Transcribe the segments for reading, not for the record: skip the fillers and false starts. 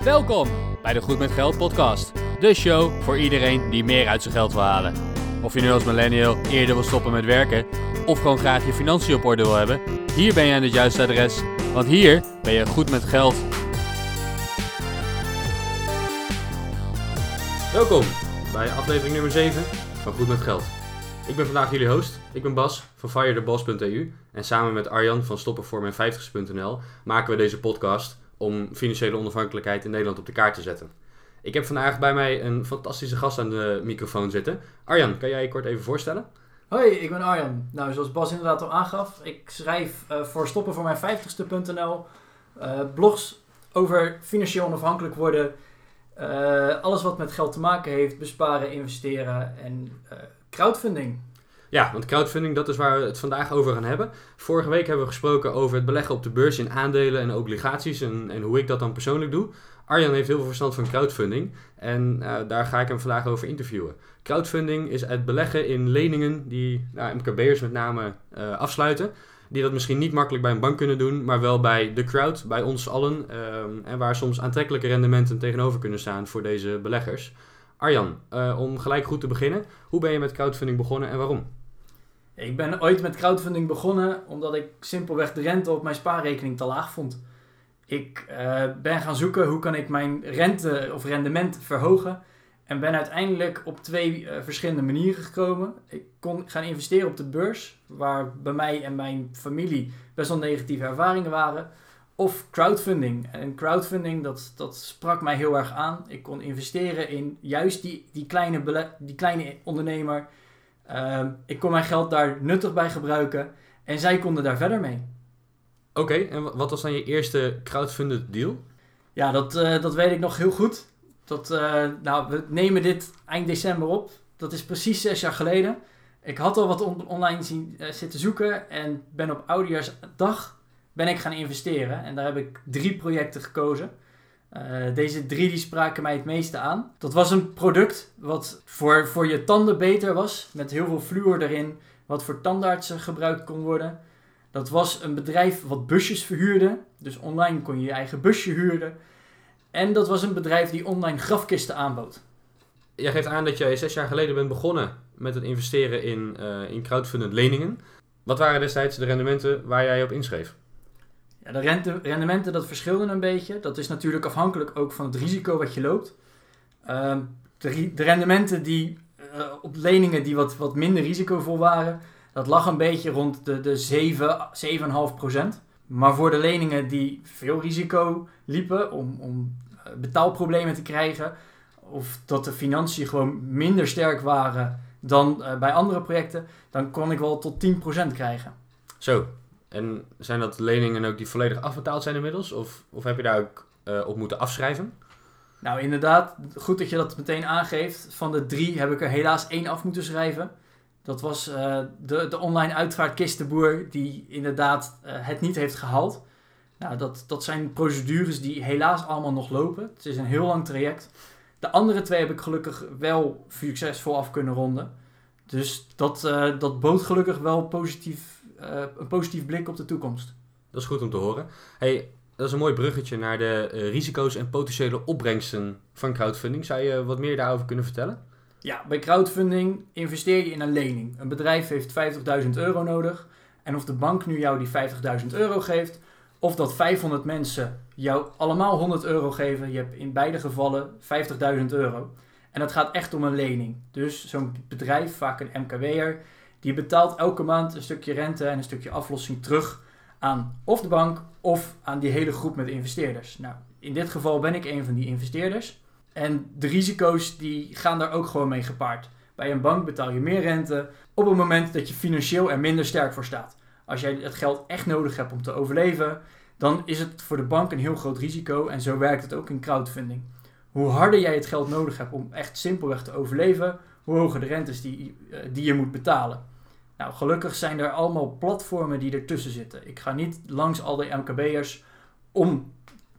Welkom bij de Goed met Geld podcast. De show voor iedereen die meer uit zijn geld wil halen. Of je nu als millennial eerder wil stoppen met werken of gewoon graag je financiën op orde wil hebben, hier ben je aan het juiste adres, want hier ben je goed met geld. Welkom bij aflevering nummer 7 van Goed met Geld. Ik ben vandaag jullie host. Ik ben Bas van firetheboss.eu en samen met Arjan van stoppenvoormijn50ste.nl maken we deze podcast om financiële onafhankelijkheid in Nederland op de kaart te zetten. Ik heb vandaag bij mij een fantastische gast aan de microfoon zitten. Arjan, kan jij je kort even voorstellen? Hoi, ik ben Arjan. Nou, zoals Bas inderdaad al aangaf, ik schrijf voor stoppenvoormijn50ste.nl blogs over financieel onafhankelijk worden, alles wat met geld te maken heeft, besparen, investeren en crowdfunding. Ja, want crowdfunding, dat is waar we het vandaag over gaan hebben. Vorige week hebben we gesproken over het beleggen op de beurs in aandelen en obligaties en hoe ik dat dan persoonlijk doe. Arjan heeft heel veel verstand van crowdfunding en daar ga ik hem vandaag over interviewen. Crowdfunding is het beleggen in leningen die MKB'ers met name afsluiten. Die dat misschien niet makkelijk bij een bank kunnen doen, maar wel bij de crowd, bij ons allen. En waar soms aantrekkelijke rendementen tegenover kunnen staan voor deze beleggers. Arjan, om gelijk goed te beginnen, hoe ben je met crowdfunding begonnen en waarom? Ik ben ooit met crowdfunding begonnen omdat ik simpelweg de rente op mijn spaarrekening te laag vond. Ik ben gaan zoeken hoe kan ik mijn rente of rendement verhogen en ben uiteindelijk op 2 verschillende manieren gekomen. Ik kon gaan investeren op de beurs, waar bij mij en mijn familie best wel negatieve ervaringen waren. Of crowdfunding. En crowdfunding, dat sprak mij heel erg aan. Ik kon investeren in juist die kleine ondernemer. Ik kon mijn geld daar nuttig bij gebruiken. En zij konden daar verder mee. Oké, en wat was dan je eerste crowdfunded deal? Ja, dat weet ik nog heel goed. We nemen dit eind december op. Dat is precies 6 jaar geleden. Ik had al wat online zitten zoeken. En ben op Oudejaarsdag ben ik gaan investeren. En daar heb ik 3 projecten gekozen. Deze 3 die spraken mij het meeste aan. Dat was een product wat voor je tanden beter was. Met heel veel fluor erin. Wat voor tandartsen gebruikt kon worden. Dat was een bedrijf wat busjes verhuurde. Dus online kon je je eigen busje huren. En dat was een bedrijf die online grafkisten aanbood. Jij geeft aan dat jij 6 jaar geleden bent begonnen met het investeren in crowdfunded leningen. Wat waren destijds de rendementen waar jij op inschreef? Ja, de rendementen dat verschilden een beetje. Dat is natuurlijk afhankelijk ook van het risico wat je loopt. De rendementen die op leningen die wat minder risicovol waren, dat lag een beetje rond de 7,5%. Maar voor de leningen die veel risico liepen om betaalproblemen te krijgen, of dat de financiën gewoon minder sterk waren dan bij andere projecten, dan kon ik wel tot 10% krijgen. Zo, en zijn dat leningen ook die volledig afbetaald zijn inmiddels? Of heb je daar ook op moeten afschrijven? Nou, inderdaad, goed dat je dat meteen aangeeft. Van de 3 heb ik er helaas 1 af moeten schrijven. Dat was de online uitvaartkistenboer die inderdaad het niet heeft gehaald. Nou, dat zijn procedures die helaas allemaal nog lopen. Het is een heel lang traject. De andere 2 heb ik gelukkig wel succesvol af kunnen ronden. Dus dat bood gelukkig wel een positief blik op de toekomst. Dat is goed om te horen. Hey, dat is een mooi bruggetje naar de risico's en potentiële opbrengsten van crowdfunding. Zou je wat meer daarover kunnen vertellen? Ja, bij crowdfunding investeer je in een lening. Een bedrijf heeft €50.000 nodig. En of de bank nu jou die €50.000 geeft, of dat 500 mensen jou allemaal €100 geven, je hebt in beide gevallen €50.000. En dat gaat echt om een lening. Dus zo'n bedrijf, vaak een MKB'er, die betaalt elke maand een stukje rente en een stukje aflossing terug aan of de bank of aan die hele groep met investeerders. Nou, in dit geval ben ik een van die investeerders. En de risico's die gaan daar ook gewoon mee gepaard. Bij een bank betaal je meer rente op het moment dat je financieel er minder sterk voor staat. Als jij het geld echt nodig hebt om te overleven, dan is het voor de bank een heel groot risico. En zo werkt het ook in crowdfunding. Hoe harder jij het geld nodig hebt om echt simpelweg te overleven, hoe hoger de rentes die je moet betalen. Nou, gelukkig zijn er allemaal platformen die ertussen zitten. Ik ga niet langs al die MKB'ers om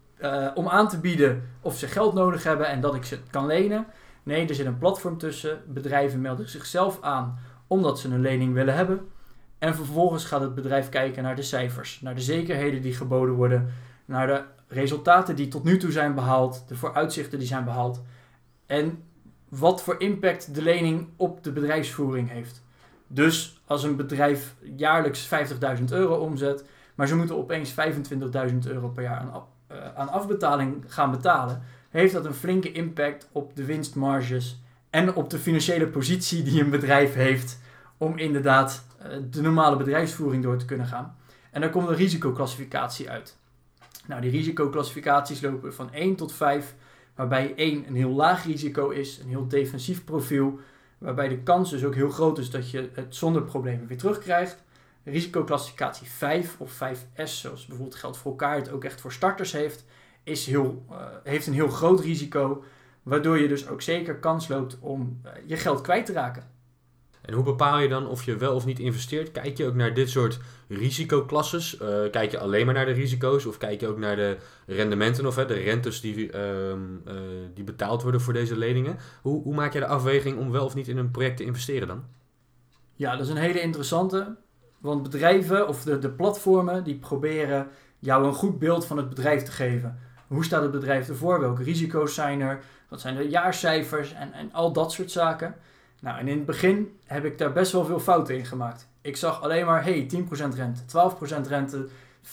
aan te bieden of ze geld nodig hebben en dat ik ze kan lenen. Nee, er zit een platform tussen. Bedrijven melden zichzelf aan omdat ze een lening willen hebben. En vervolgens gaat het bedrijf kijken naar de cijfers, naar de zekerheden die geboden worden, naar de resultaten die tot nu toe zijn behaald, de vooruitzichten die zijn behaald en wat voor impact de lening op de bedrijfsvoering heeft. Dus als een bedrijf jaarlijks €50.000 omzet, maar ze moeten opeens €25.000 per jaar aan afbetaling gaan betalen, heeft dat een flinke impact op de winstmarges en op de financiële positie die een bedrijf heeft om inderdaad de normale bedrijfsvoering door te kunnen gaan. En daar komt een risicoclassificatie uit. Nou, die risicoclassificaties lopen van 1 tot 5, waarbij 1 een heel laag risico is, een heel defensief profiel, waarbij de kans dus ook heel groot is dat je het zonder problemen weer terugkrijgt. Risicoclassificatie 5 of 5S, zoals bijvoorbeeld Geld voor elkaar het ook echt voor starters heeft, heeft een heel groot risico, waardoor je dus ook zeker kans loopt om je geld kwijt te raken. En hoe bepaal je dan of je wel of niet investeert? Kijk je ook naar dit soort risicoklasses? Kijk je alleen maar naar de risico's? Of kijk je ook naar de rendementen of de rentes die betaald worden voor deze leningen? Hoe maak je de afweging om wel of niet in een project te investeren dan? Ja, dat is een hele interessante. Want bedrijven of de platformen die proberen jou een goed beeld van het bedrijf te geven. Hoe staat het bedrijf ervoor? Welke risico's zijn er? Wat zijn de jaarcijfers? En al dat soort zaken. Nou, en in het begin heb ik daar best wel veel fouten in gemaakt. Ik zag alleen maar, 10% rente, 12% rente,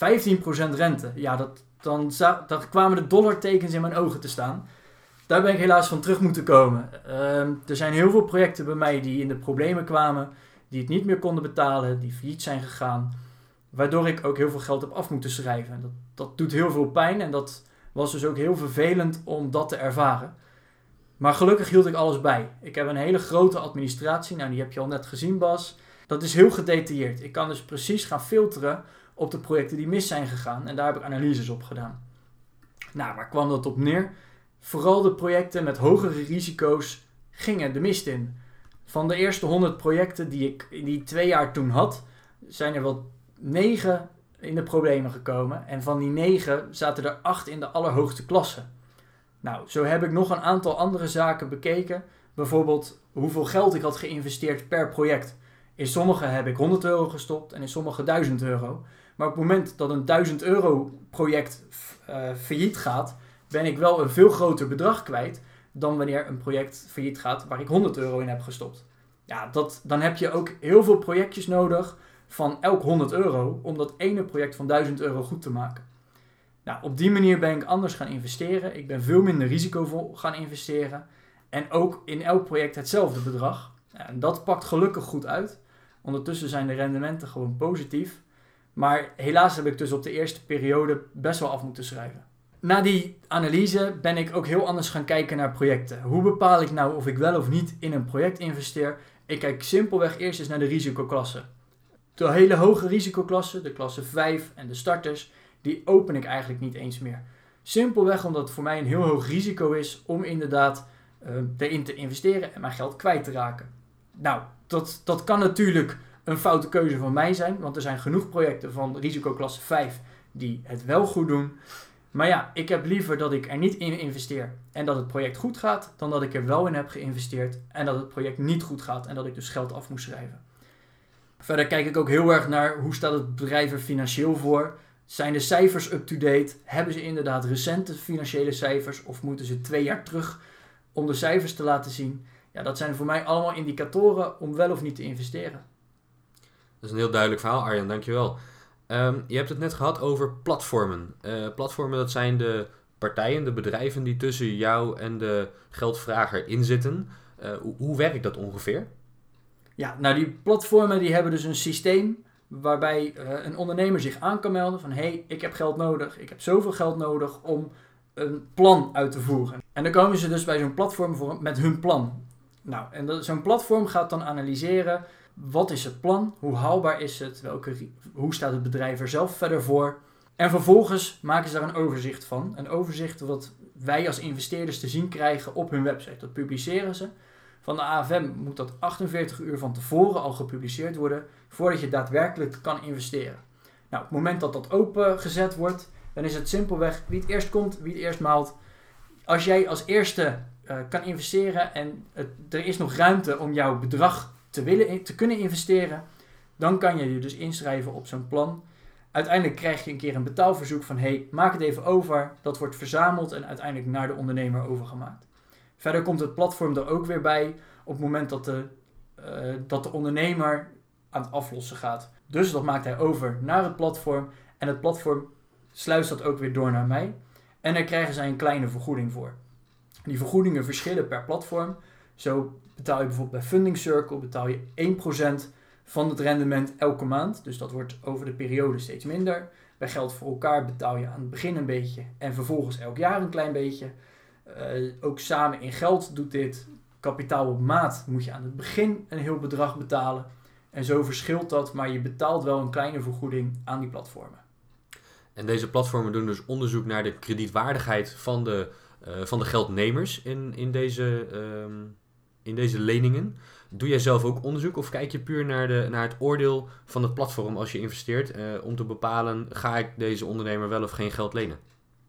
15% rente. Ja, dan kwamen de dollartekens in mijn ogen te staan. Daar ben ik helaas van terug moeten komen. Er zijn heel veel projecten bij mij die in de problemen kwamen, die het niet meer konden betalen, die failliet zijn gegaan. Waardoor ik ook heel veel geld heb af moeten schrijven. Dat doet heel veel pijn en dat was dus ook heel vervelend om dat te ervaren. Maar gelukkig hield ik alles bij. Ik heb een hele grote administratie. Nou, die heb je al net gezien, Bas. Dat is heel gedetailleerd. Ik kan dus precies gaan filteren op de projecten die mis zijn gegaan. En daar heb ik analyses op gedaan. Nou, waar kwam dat op neer? Vooral de projecten met hogere risico's gingen de mist in. Van de eerste 100 projecten die ik in die 2 jaar toen had, zijn er wel 9 in de problemen gekomen. En van die 9 zaten er 8 in de allerhoogste klasse. Nou, zo heb ik nog een aantal andere zaken bekeken. Bijvoorbeeld hoeveel geld ik had geïnvesteerd per project. In sommige heb ik €100 gestopt en in sommige €1000. Maar op het moment dat een €1000 project failliet gaat, ben ik wel een veel groter bedrag kwijt dan wanneer een project failliet gaat waar ik €100 in heb gestopt. Ja, dan heb je ook heel veel projectjes nodig van elk €100 om dat ene project van €1000 goed te maken. Nou, op die manier ben ik anders gaan investeren. Ik ben veel minder risicovol gaan investeren. En ook in elk project hetzelfde bedrag. Ja, en dat pakt gelukkig goed uit. Ondertussen zijn de rendementen gewoon positief. Maar helaas heb ik dus op de eerste periode best wel af moeten schrijven. Na die analyse ben ik ook heel anders gaan kijken naar projecten. Hoe bepaal ik nou of ik wel of niet in een project investeer? Ik kijk simpelweg eerst eens naar de risicoklassen. De hele hoge risicoklassen, de klasse 5 en de starters, die open ik eigenlijk niet eens meer. Simpelweg omdat het voor mij een heel hoog risico is om inderdaad erin te investeren en mijn geld kwijt te raken. Nou, dat kan natuurlijk een foute keuze van mij zijn, want er zijn genoeg projecten van risicoklasse 5 die het wel goed doen. Maar ja, ik heb liever dat ik er niet in investeer en dat het project goed gaat, dan dat ik er wel in heb geïnvesteerd en dat het project niet goed gaat en dat ik dus geld af moet schrijven. Verder kijk ik ook heel erg naar hoe staat het bedrijf er financieel voor. Zijn de cijfers up-to-date? Hebben ze inderdaad recente financiële cijfers of moeten ze 2 jaar terug om de cijfers te laten zien? Ja, dat zijn voor mij allemaal indicatoren om wel of niet te investeren. Dat is een heel duidelijk verhaal, Arjan, dankjewel. Je hebt het net gehad over platformen. Platformen, dat zijn de partijen, de bedrijven die tussen jou en de geldvrager inzitten. Hoe werkt dat ongeveer? Ja, nou die platformen die hebben dus een systeem waarbij een ondernemer zich aan kan melden van ik heb geld nodig, ik heb zoveel geld nodig om een plan uit te voeren. En dan komen ze dus bij zo'n platform met hun plan. Nou, en zo'n platform gaat dan analyseren, wat is het plan, hoe haalbaar is het, hoe staat het bedrijf er zelf verder voor. En vervolgens maken ze daar een overzicht van. Een overzicht wat wij als investeerders te zien krijgen op hun website. Dat publiceren ze. Van de AFM moet dat 48 uur van tevoren al gepubliceerd worden, voordat je daadwerkelijk kan investeren. Nou, op het moment dat dat opengezet wordt, dan is het simpelweg wie het eerst komt, wie het eerst maalt. Als jij als eerste kan investeren en er is nog ruimte om jouw bedrag te kunnen investeren, dan kan je je dus inschrijven op zo'n plan. Uiteindelijk krijg je een keer een betaalverzoek van hey, maak het even over. Dat wordt verzameld en uiteindelijk naar de ondernemer overgemaakt. Verder komt het platform er ook weer bij op het moment dat de ondernemer aan het aflossen gaat. Dus dat maakt hij over naar het platform en het platform sluist dat ook weer door naar mij. En daar krijgen zij een kleine vergoeding voor. Die vergoedingen verschillen per platform. Zo betaal je bijvoorbeeld bij Funding Circle betaal je 1% van het rendement elke maand. Dus dat wordt over de periode steeds minder. Bij Geld voor Elkaar betaal je aan het begin een beetje en vervolgens elk jaar een klein beetje. Ook Samen in Geld doet dit. Kapitaal op maat moet je aan het begin een heel bedrag betalen. En zo verschilt dat, maar je betaalt wel een kleine vergoeding aan die platformen. En deze platformen doen dus onderzoek naar de kredietwaardigheid van de geldnemers in deze leningen. Doe jij zelf ook onderzoek of kijk je puur naar het oordeel van het platform als je investeert om te bepalen, ga ik deze ondernemer wel of geen geld lenen?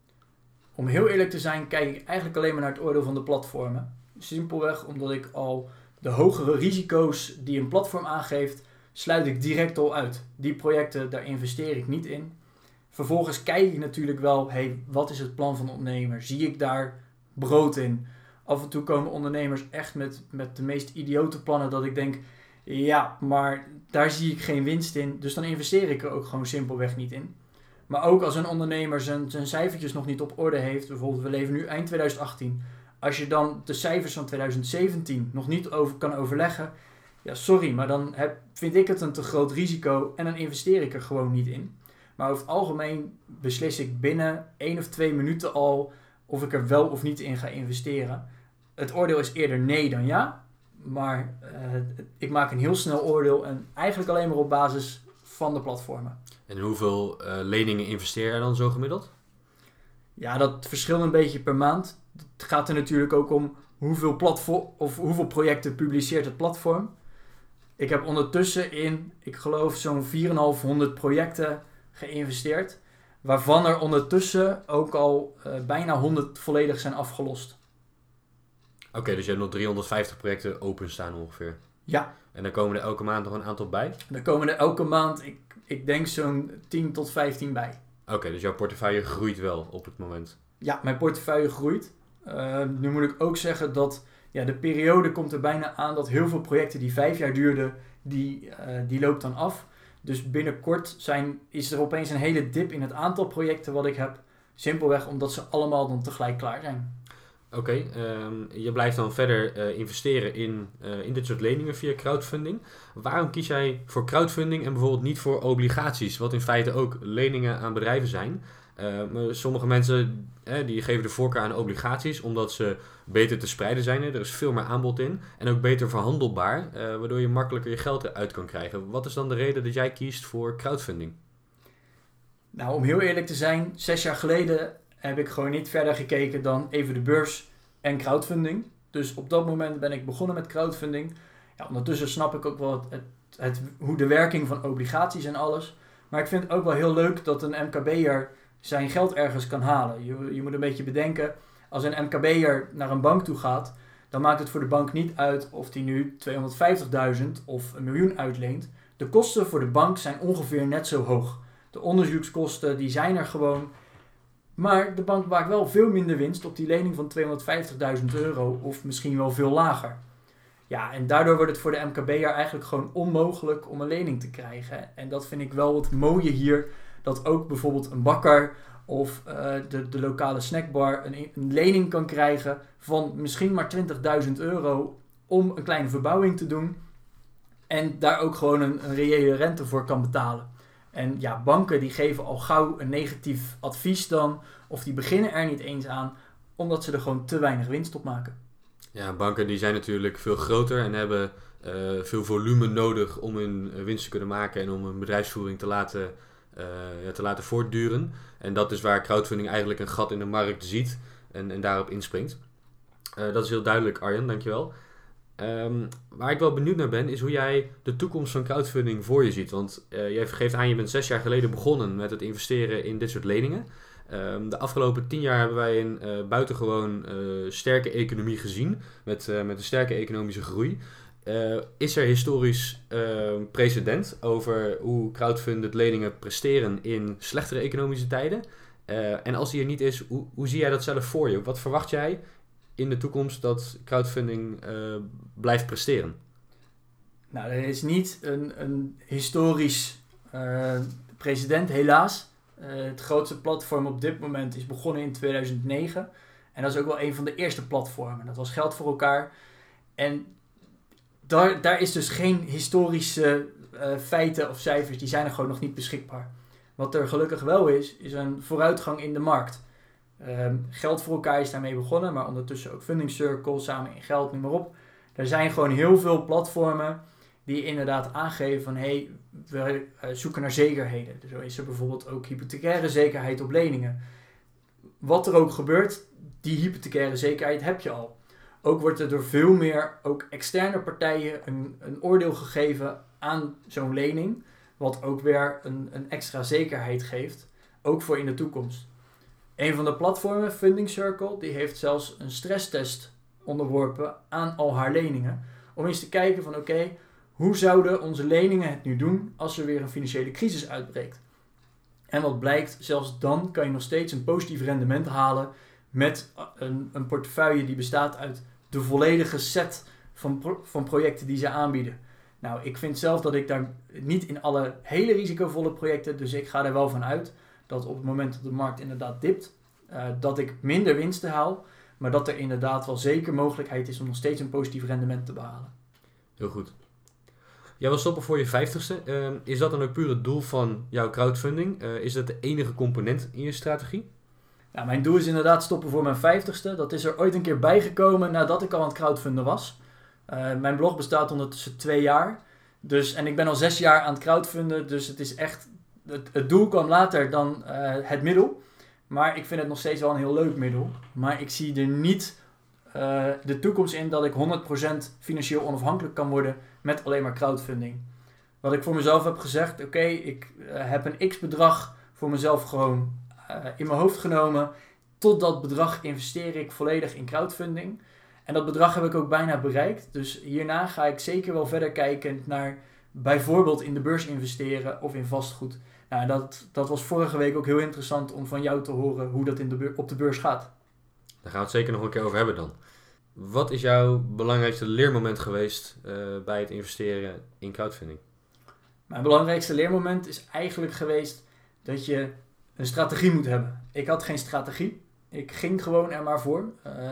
Om heel eerlijk te zijn, kijk ik eigenlijk alleen maar naar het oordeel van de platformen. Simpelweg omdat ik al de hogere risico's die een platform aangeeft, sluit ik direct al uit. Die projecten, daar investeer ik niet in. Vervolgens kijk ik natuurlijk wel, wat is het plan van de ondernemer? Zie ik daar brood in? Af en toe komen ondernemers echt met de meest idiote plannen dat ik denk, ja, maar daar zie ik geen winst in. Dus dan investeer ik er ook gewoon simpelweg niet in. Maar ook als een ondernemer zijn cijfertjes nog niet op orde heeft, bijvoorbeeld we leven nu eind 2018. Als je dan de cijfers van 2017 nog niet kan overleggen, ja sorry, maar dan vind ik het een te groot risico en dan investeer ik er gewoon niet in. Maar over het algemeen beslis ik binnen 1 of 2 minuten al of ik er wel of niet in ga investeren. Het oordeel is eerder nee dan ja, maar ik maak een heel snel oordeel en eigenlijk alleen maar op basis van de platformen. En hoeveel leningen investeer je dan zo gemiddeld? Ja, dat verschilt een beetje per maand. Het gaat er natuurlijk ook om hoeveel projecten publiceert het platform. Ik heb ondertussen in, ik geloof, zo'n 4,500 projecten geïnvesteerd. Waarvan er ondertussen ook al bijna 100 volledig zijn afgelost. Oké, dus je hebt nog 350 projecten openstaan ongeveer. Ja. En dan komen er elke maand nog een aantal bij? Er komen er elke maand, ik denk zo'n 10 tot 15 bij. Oké, dus jouw portefeuille groeit wel op het moment? Ja, mijn portefeuille groeit. Nu moet ik ook zeggen dat de periode komt er bijna aan dat heel veel projecten die 5 jaar duurden, die loopt dan af. Dus binnenkort is er opeens een hele dip in het aantal projecten wat ik heb. Simpelweg omdat ze allemaal dan tegelijk klaar zijn. Oké, je blijft dan verder investeren in dit soort leningen via crowdfunding. Waarom kies jij voor crowdfunding en bijvoorbeeld niet voor obligaties? Wat in feite ook leningen aan bedrijven zijn. Maar sommige mensen die geven de voorkeur aan obligaties omdat ze beter te spreiden zijn. Er is veel meer aanbod in en ook beter verhandelbaar. Waardoor je makkelijker je geld eruit kan krijgen. Wat is dan de reden dat jij kiest voor crowdfunding? Nou, om heel eerlijk te zijn, 6 jaar geleden heb ik gewoon niet verder gekeken dan even de beurs en crowdfunding. Dus op dat moment ben ik begonnen met crowdfunding. Ja, ondertussen snap ik ook wel hoe de werking van obligaties en alles. Maar ik vind het ook wel heel leuk dat een MKB'er zijn geld ergens kan halen. Je moet een beetje bedenken, als een MKB'er naar een bank toe gaat, dan maakt het voor de bank niet uit of die nu 250.000 of 1 miljoen uitleent. De kosten voor de bank zijn ongeveer net zo hoog. De onderzoekskosten die zijn er gewoon. Maar de bank maakt wel veel minder winst op die lening van €250.000 of misschien wel veel lager. Ja, en daardoor wordt het voor de MKB'er eigenlijk gewoon onmogelijk om een lening te krijgen. En dat vind ik wel het mooie hier, dat ook bijvoorbeeld een bakker of de lokale snackbar een lening kan krijgen van misschien maar €20.000 om een kleine verbouwing te doen. En daar ook gewoon een reële rente voor kan betalen. En ja, banken die geven al gauw een negatief advies dan, of die beginnen er niet eens aan, omdat ze er gewoon te weinig winst op maken. Ja, banken die zijn natuurlijk veel groter en hebben veel volume nodig om hun winst te kunnen maken en om hun bedrijfsvoering te laten voortduren. En dat is waar crowdfunding eigenlijk een gat in de markt ziet en daarop inspringt. Dat is heel duidelijk, Arjan, dankjewel. Waar ik wel benieuwd naar ben, is hoe jij de toekomst van crowdfunding voor je ziet. Want jij geeft aan, je bent 6 jaar geleden begonnen met het investeren in dit soort leningen. De afgelopen 10 jaar hebben wij een buitengewoon sterke economie gezien, met een sterke economische groei. Is er historisch precedent over hoe crowdfunded leningen presteren in slechtere economische tijden? En als die er niet is, hoe zie jij dat zelf voor je? Wat verwacht jij in de toekomst dat crowdfunding blijft presteren? Nou, er is niet een historisch precedent, helaas. Het grootste platform op dit moment is begonnen in 2009. En dat is ook wel een van de eerste platformen. Dat was Geld voor elkaar. En daar is dus geen historische feiten of cijfers. Die zijn er gewoon nog niet beschikbaar. Wat er gelukkig wel is een vooruitgang in de markt. Geld voor elkaar is daarmee begonnen. Maar ondertussen ook Funding Circle, Samen in Geld, noem maar op. Er zijn gewoon heel veel platformen die inderdaad aangeven van we zoeken naar zekerheden. Dus zo is er bijvoorbeeld ook hypothecaire zekerheid op leningen. Wat er ook gebeurt, die hypothecaire zekerheid heb je al. Ook wordt er door veel meer ook externe partijen een oordeel gegeven aan zo'n lening. Wat ook weer een extra zekerheid geeft. Ook voor in de toekomst. Een van de platformen, Funding Circle, die heeft zelfs een stresstest onderworpen aan al haar leningen. Om eens te kijken van hoe zouden onze leningen het nu doen als er weer een financiële crisis uitbreekt? En wat blijkt, zelfs dan kan je nog steeds een positief rendement halen met een portefeuille die bestaat uit de volledige set van projecten die ze aanbieden. Nou, ik vind zelf dat ik daar niet in alle hele risicovolle projecten, dus ik ga er wel van uit dat op het moment dat de markt inderdaad dipt, dat ik minder winsten haal, maar dat er inderdaad wel zeker mogelijkheid is om nog steeds een positief rendement te behalen. Heel goed. Jij wil stoppen voor je 50ste. Is dat dan ook puur het doel van jouw crowdfunding? Is dat de enige component in je strategie? Nou, mijn doel is inderdaad stoppen voor mijn 50ste. Dat is er ooit een keer bijgekomen nadat ik al aan het crowdfunden was. Mijn blog bestaat ondertussen 2 jaar. En ik ben al 6 jaar aan het crowdfunden. Dus het is echt... Het doel kwam later dan het middel. Maar ik vind het nog steeds wel een heel leuk middel. Maar ik zie er niet de toekomst in dat ik 100% financieel onafhankelijk kan worden met alleen maar crowdfunding. Wat ik voor mezelf heb gezegd, ik heb een x-bedrag voor mezelf gewoon in mijn hoofd genomen. Tot dat bedrag investeer ik volledig in crowdfunding. En dat bedrag heb ik ook bijna bereikt. Dus hierna ga ik zeker wel verder kijken naar bijvoorbeeld in de beurs investeren of in vastgoed. Nou, dat was vorige week ook heel interessant om van jou te horen hoe dat op de beurs gaat. Daar gaan we het zeker nog een keer over hebben dan. Wat is jouw belangrijkste leermoment geweest bij het investeren in crowdfunding? Mijn belangrijkste leermoment is eigenlijk geweest dat je een strategie moet hebben. Ik had geen strategie. Ik ging gewoon er maar voor.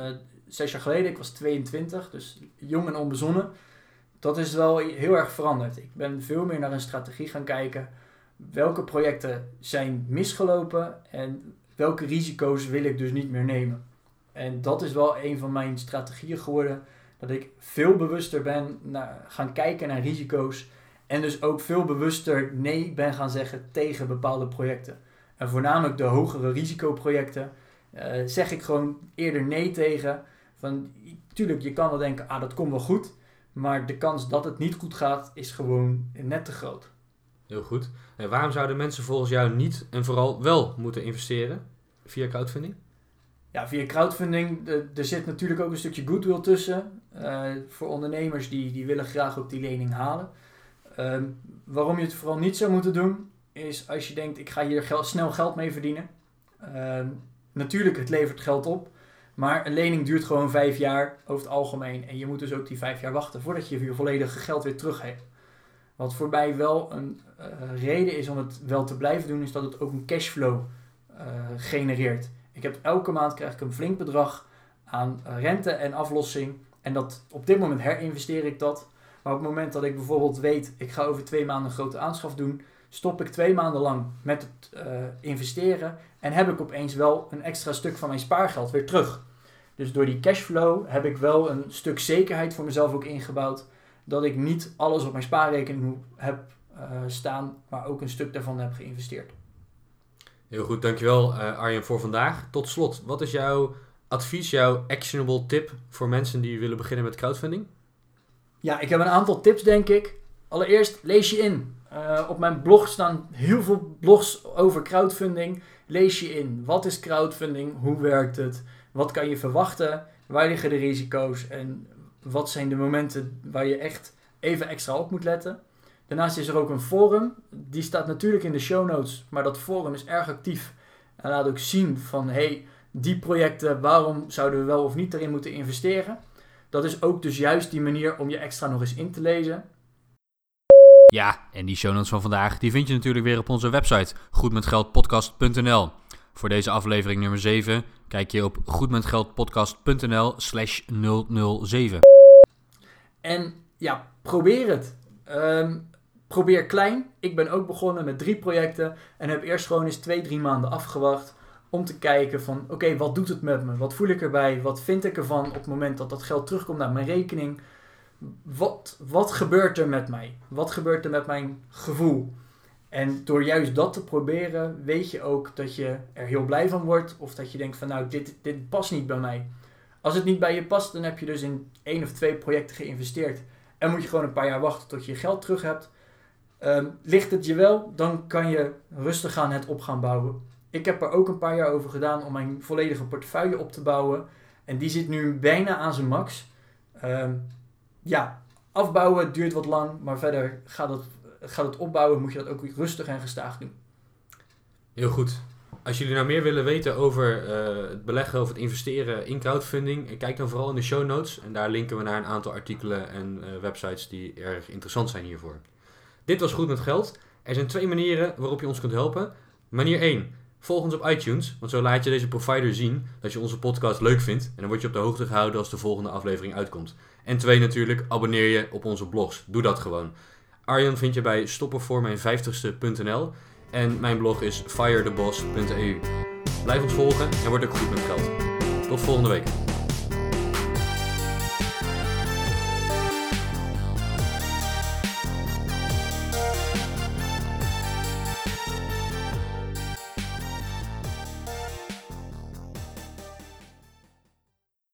6 jaar geleden, ik was 22, dus jong en onbezonnen. Dat is wel heel erg veranderd. Ik ben veel meer naar een strategie gaan kijken. Welke projecten zijn misgelopen en welke risico's wil ik dus niet meer nemen. En dat is wel een van mijn strategieën geworden. Dat ik veel bewuster ben gaan kijken naar risico's. En dus ook veel bewuster nee ben gaan zeggen tegen bepaalde projecten. En voornamelijk de hogere risicoprojecten zeg ik gewoon eerder nee tegen. Tuurlijk, je kan wel denken, dat komt wel goed. Maar de kans dat het niet goed gaat is gewoon net te groot. Heel goed. En waarom zouden mensen volgens jou niet en vooral wel moeten investeren via crowdfunding? Ja, via crowdfunding, er zit natuurlijk ook een stukje goodwill tussen. Voor ondernemers die willen graag ook die lening halen. Waarom je het vooral niet zou moeten doen, is als je denkt, ik ga hier snel geld mee verdienen. Natuurlijk, het levert geld op. Maar een lening duurt gewoon 5 jaar over het algemeen. En je moet dus ook die 5 jaar wachten voordat je je volledige geld weer terug hebt. Wat voor mij wel een reden is om het wel te blijven doen, is dat het ook een cashflow genereert. Elke maand krijg ik een flink bedrag aan rente en aflossing. En op dit moment herinvesteer ik dat. Maar op het moment dat ik bijvoorbeeld weet, ik ga over 2 maanden een grote aanschaf doen, stop ik 2 maanden lang met het investeren en heb ik opeens wel een extra stuk van mijn spaargeld weer terug. Dus door die cashflow heb ik wel een stuk zekerheid voor mezelf ook ingebouwd, dat ik niet alles op mijn spaarrekening heb staan, maar ook een stuk daarvan heb geïnvesteerd. Heel goed, dankjewel Arjen voor vandaag. Tot slot, wat is jouw advies, jouw actionable tip voor mensen die willen beginnen met crowdfunding? Ja, ik heb een aantal tips denk ik. Allereerst, lees je in. Op mijn blog staan heel veel blogs over crowdfunding. Lees je in. Wat is crowdfunding? Hoe werkt het? Wat kan je verwachten? Waar liggen de risico's? En wat zijn de momenten waar je echt even extra op moet letten. Daarnaast is er ook een forum. Die staat natuurlijk in de show notes, maar dat forum is erg actief. En laat ook zien van, die projecten, waarom zouden we wel of niet erin moeten investeren? Dat is ook dus juist die manier om je extra nog eens in te lezen. Ja, en die show notes van vandaag, die vind je natuurlijk weer op onze website, goedmetgeldpodcast.nl. Voor deze aflevering nummer 7 kijk je op goedmetgeldpodcast.nl/007. En ja, probeer het. Probeer klein. Ik ben ook begonnen met 3 projecten en heb eerst gewoon eens 2-3 maanden afgewacht om te kijken van, oké, wat doet het met me? Wat voel ik erbij? Wat vind ik ervan op het moment dat dat geld terugkomt naar mijn rekening? Wat gebeurt er met mij? Wat gebeurt er met mijn gevoel? En door juist dat te proberen, weet je ook dat je er heel blij van wordt. Of dat je denkt van, nou, dit past niet bij mij. Als het niet bij je past, dan heb je dus in 1 of 2 projecten geïnvesteerd. En moet je gewoon een paar jaar wachten tot je geld terug hebt. Ligt het je wel, dan kan je rustig aan het op gaan bouwen. Ik heb er ook een paar jaar over gedaan om mijn volledige portefeuille op te bouwen. En die zit nu bijna aan zijn max. Afbouwen duurt wat lang, maar verder gaat het opbouwen, moet je dat ook rustig en gestaag doen. Heel goed. Als jullie nou meer willen weten over het beleggen of het investeren in crowdfunding, kijk dan vooral in de show notes. En daar linken we naar een aantal artikelen en websites die erg interessant zijn hiervoor. Dit was Goed met Geld. Er zijn 2 manieren waarop je ons kunt helpen. Manier 1. Volg ons op iTunes, want zo laat je deze provider zien dat je onze podcast leuk vindt. En dan word je op de hoogte gehouden als de volgende aflevering uitkomt. En 2 natuurlijk, abonneer je op onze blogs. Doe dat gewoon. Arjan vind je bij stoppenvoormijn50ste.nl en mijn blog is firetheboss.eu. Blijf ons volgen en word ook goed met geld. Tot volgende week.